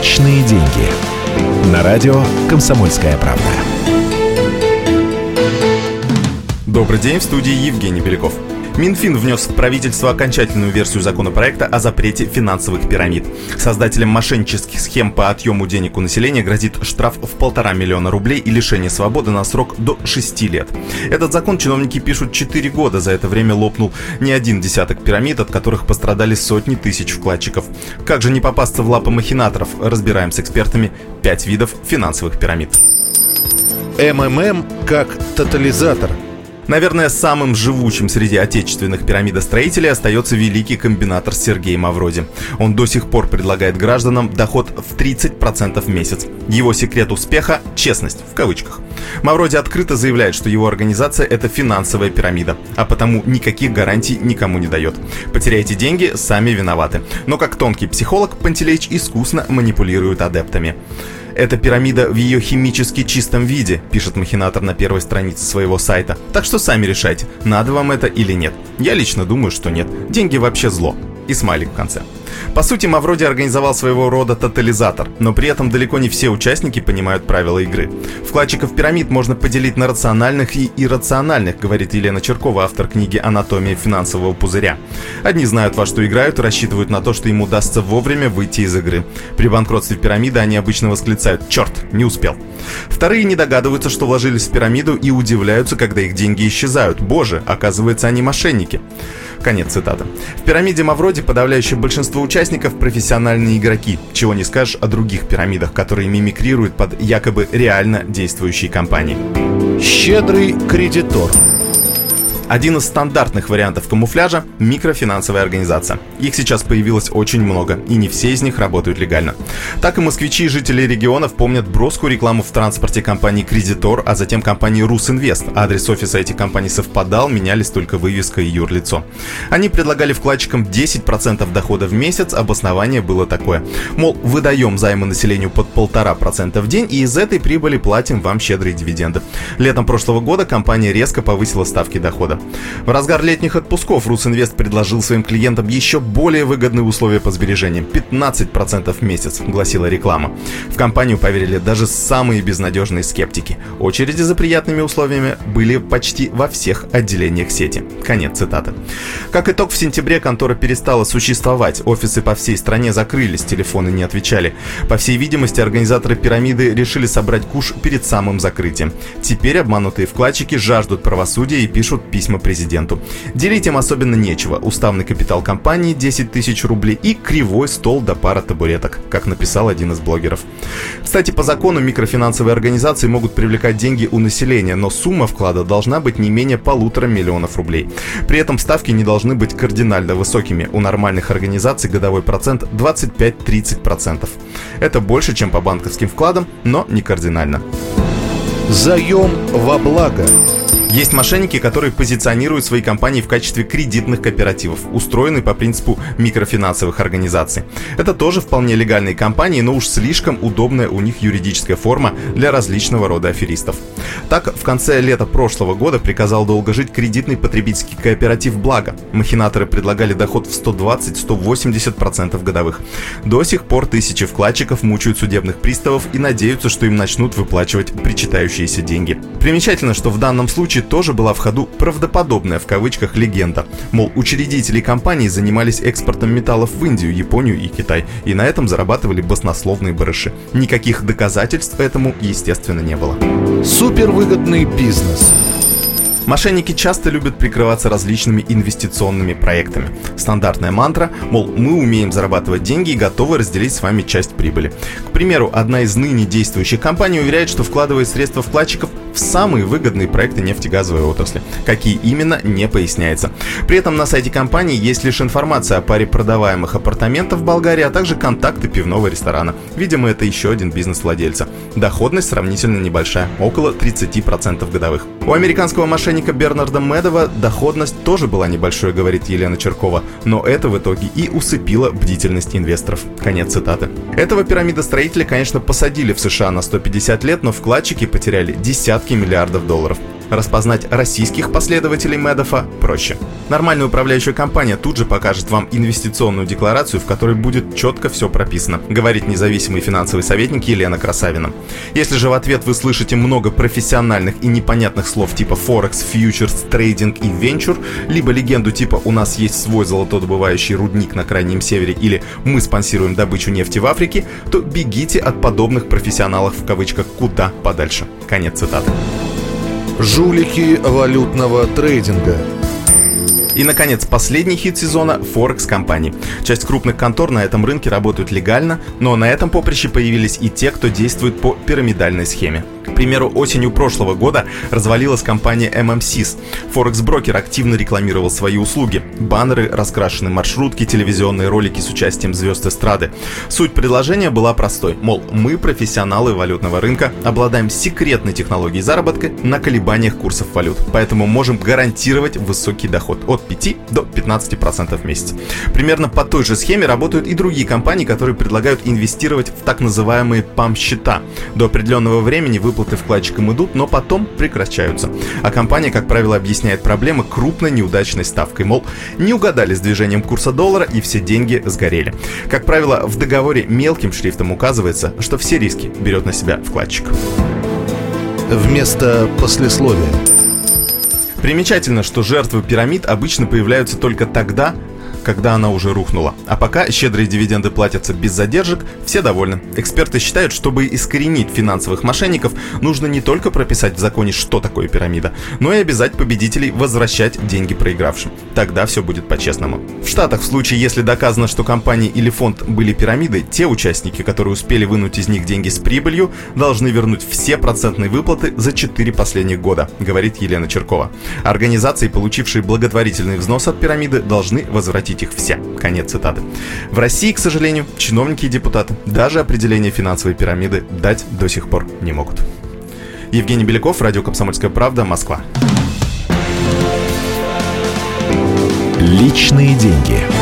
Личные деньги. На радио «Комсомольская правда». Добрый день, в студии Евгений Беляков. Минфин внес в правительство окончательную версию законопроекта о запрете финансовых пирамид. Создателям мошеннических схем по отъему денег у населения грозит штраф в 1,5 миллиона рублей и лишение свободы на срок до 6 лет. Этот закон чиновники пишут 4 года. За это время лопнул не один десяток пирамид, от которых пострадали сотни тысяч вкладчиков. Как же не попасться в лапы махинаторов? Разбираем с экспертами 5 видов финансовых пирамид. МММ как тотализатор. Наверное, самым живучим среди отечественных пирамидостроителей остается великий комбинатор Сергей Мавроди. Он до сих пор предлагает гражданам доход в 30% в месяц. Его секрет успеха – честность, в кавычках. Мавроди открыто заявляет, что его организация – это финансовая пирамида, а потому никаких гарантий никому не дает. Потеряете деньги – сами виноваты. Но как тонкий психолог, Пантелеич искусно манипулирует адептами. «Это пирамида в ее химически чистом виде», пишет махинатор на первой странице своего сайта. Так что сами решайте, надо вам это или нет. Я лично думаю, что нет. Деньги вообще зло. И смайлик в конце. По сути, Мавроди организовал своего рода тотализатор, но при этом далеко не все участники понимают правила игры. Вкладчиков пирамид можно поделить на рациональных и иррациональных, говорит Елена Черкова, автор книги «Анатомия финансового пузыря». Одни знают, во что играют, и рассчитывают на то, что им удастся вовремя выйти из игры. При банкротстве пирамиды они обычно восклицают: «Черт, не успел». Вторые не догадываются, что вложились в пирамиду, и удивляются, когда их деньги исчезают. Боже, оказывается, они мошенники. Конец цитаты. В пирамиде Мавроди подавляющее большинство участников – профессиональные игроки, чего не скажешь о других пирамидах, которые мимикрируют под якобы реально действующие компании. Щедрый кредитор. Один из стандартных вариантов камуфляжа – микрофинансовая организация. Их сейчас появилось очень много, и не все из них работают легально. Так и москвичи и жители регионов помнят броскую рекламу в транспорте компании «Кредитор», а затем компании «Русинвест». Адрес офиса этих компаний совпадал, менялись только вывеска и юрлицо. Они предлагали вкладчикам 10% дохода в месяц, обоснование было такое. Мол, выдаем займы населению под 1,5% в день, и из этой прибыли платим вам щедрые дивиденды. Летом прошлого года компания резко повысила ставки дохода. В разгар летних отпусков Русинвест предложил своим клиентам еще более выгодные условия по сбережениям – 15% в месяц, гласила реклама. В компанию поверили даже самые безнадежные скептики. Очереди за приятными условиями были почти во всех отделениях сети. Конец цитаты. Как итог, в сентябре контора перестала существовать, офисы по всей стране закрылись, телефоны не отвечали. По всей видимости, организаторы пирамиды решили собрать куш перед самым закрытием. Теперь обманутые вкладчики жаждут правосудия и пишут письма президенту. Делить им особенно нечего. Уставный капитал компании 10 тысяч рублей и кривой стол до пара табуреток, как написал один из блогеров. Кстати, по закону микрофинансовые организации могут привлекать деньги у населения, но сумма вклада должна быть не менее 1,5 миллиона рублей. При этом ставки не должны быть кардинально высокими. У нормальных организаций годовой процент 25-30%. Это больше, чем по банковским вкладам, но не кардинально. Заем во благо. Есть мошенники, которые позиционируют свои компании в качестве кредитных кооперативов, устроенные по принципу микрофинансовых организаций. Это тоже вполне легальные компании, но уж слишком удобная у них юридическая форма для различного рода аферистов. Так, в конце лета прошлого года приказал долго жить кредитный потребительский кооператив «Благо». Махинаторы предлагали доход в 120-180% годовых. До сих пор тысячи вкладчиков мучают судебных приставов и надеются, что им начнут выплачивать причитающиеся деньги. Примечательно, что в данном случае тоже была в ходу правдоподобная в кавычках легенда. Мол, учредители компании занимались экспортом металлов в Индию, Японию и Китай, и на этом зарабатывали баснословные барыши. Никаких доказательств этому, естественно, не было. Супервыгодный бизнес. Мошенники часто любят прикрываться различными инвестиционными проектами. Стандартная мантра, мол, мы умеем зарабатывать деньги и готовы разделить с вами часть прибыли. К примеру, одна из ныне действующих компаний уверяет, что вкладывает средства вкладчиков в самые выгодные проекты нефтегазовой отрасли. Какие именно, не поясняется. При этом на сайте компании есть лишь информация о паре продаваемых апартаментов в Болгарии, а также контакты пивного ресторана. Видимо, это еще один бизнес владельца. Доходность сравнительно небольшая, около 30% годовых. У американского мошенника Бернарда Медова доходность тоже была небольшой, говорит Елена Черкова, но это в итоге и усыпило бдительность инвесторов. Конец цитаты. Этого пирамидостроителя, конечно, посадили в США на 150 лет, но вкладчики потеряли десятки миллиардов долларов. Распознать российских последователей Медофа проще. Нормальная управляющая компания тут же покажет вам инвестиционную декларацию, в которой будет четко все прописано, говорит независимый финансовый советник Елена Красавина. Если же в ответ вы слышите много профессиональных и непонятных слов типа Форекс, фьючерс, трейдинг и венчур, либо легенду типа «У нас есть свой золотодобывающий рудник на Крайнем Севере» или «Мы спонсируем добычу нефти в Африке», то бегите от подобных профессионалов в кавычках куда подальше. Конец цитаты. Жулики валютного трейдинга. И, наконец, последний хит сезона – Форекс-компаний. Часть крупных контор на этом рынке работают легально, но на этом поприще появились и те, кто действует по пирамидальной схеме. К примеру, осенью прошлого года развалилась компания MMSys. Форекс-брокер активно рекламировал свои услуги. Баннеры, раскрашенные маршрутки, телевизионные ролики с участием звезд эстрады. Суть предложения была простой. Мол, мы, профессионалы валютного рынка, обладаем секретной технологией заработка на колебаниях курсов валют. Поэтому можем гарантировать высокий доход от 5 до 15% в месяц. Примерно по той же схеме работают и другие компании, которые предлагают инвестировать в так называемые PAM-счета. До определенного времени выплаты вкладчикам идут, но потом прекращаются. А компания, как правило, объясняет проблемы крупной неудачной ставкой. Мол, не угадали с движением курса доллара и все деньги сгорели. Как правило, в договоре мелким шрифтом указывается, что все риски берет на себя вкладчик. Вместо послесловия. Примечательно, что жертвы пирамид обычно появляются только тогда, когда она уже рухнула. А пока щедрые дивиденды платятся без задержек, все довольны. Эксперты считают, чтобы искоренить финансовых мошенников, нужно не только прописать в законе, что такое пирамида, но и обязать победителей возвращать деньги проигравшим. Тогда все будет по-честному. В Штатах в случае, если доказано, что компания или фонд были пирамидой, те участники, которые успели вынуть из них деньги с прибылью, должны вернуть все процентные выплаты за 4 последних года, говорит Елена Черкова. Организации, получившие благотворительный взнос от пирамиды, должны возвратить их все. Конец цитаты. В России, к сожалению, чиновники и депутаты даже определение финансовой пирамиды дать до сих пор не могут. Евгений Беляков, радио «Комсомольская правда», Москва. Личные деньги.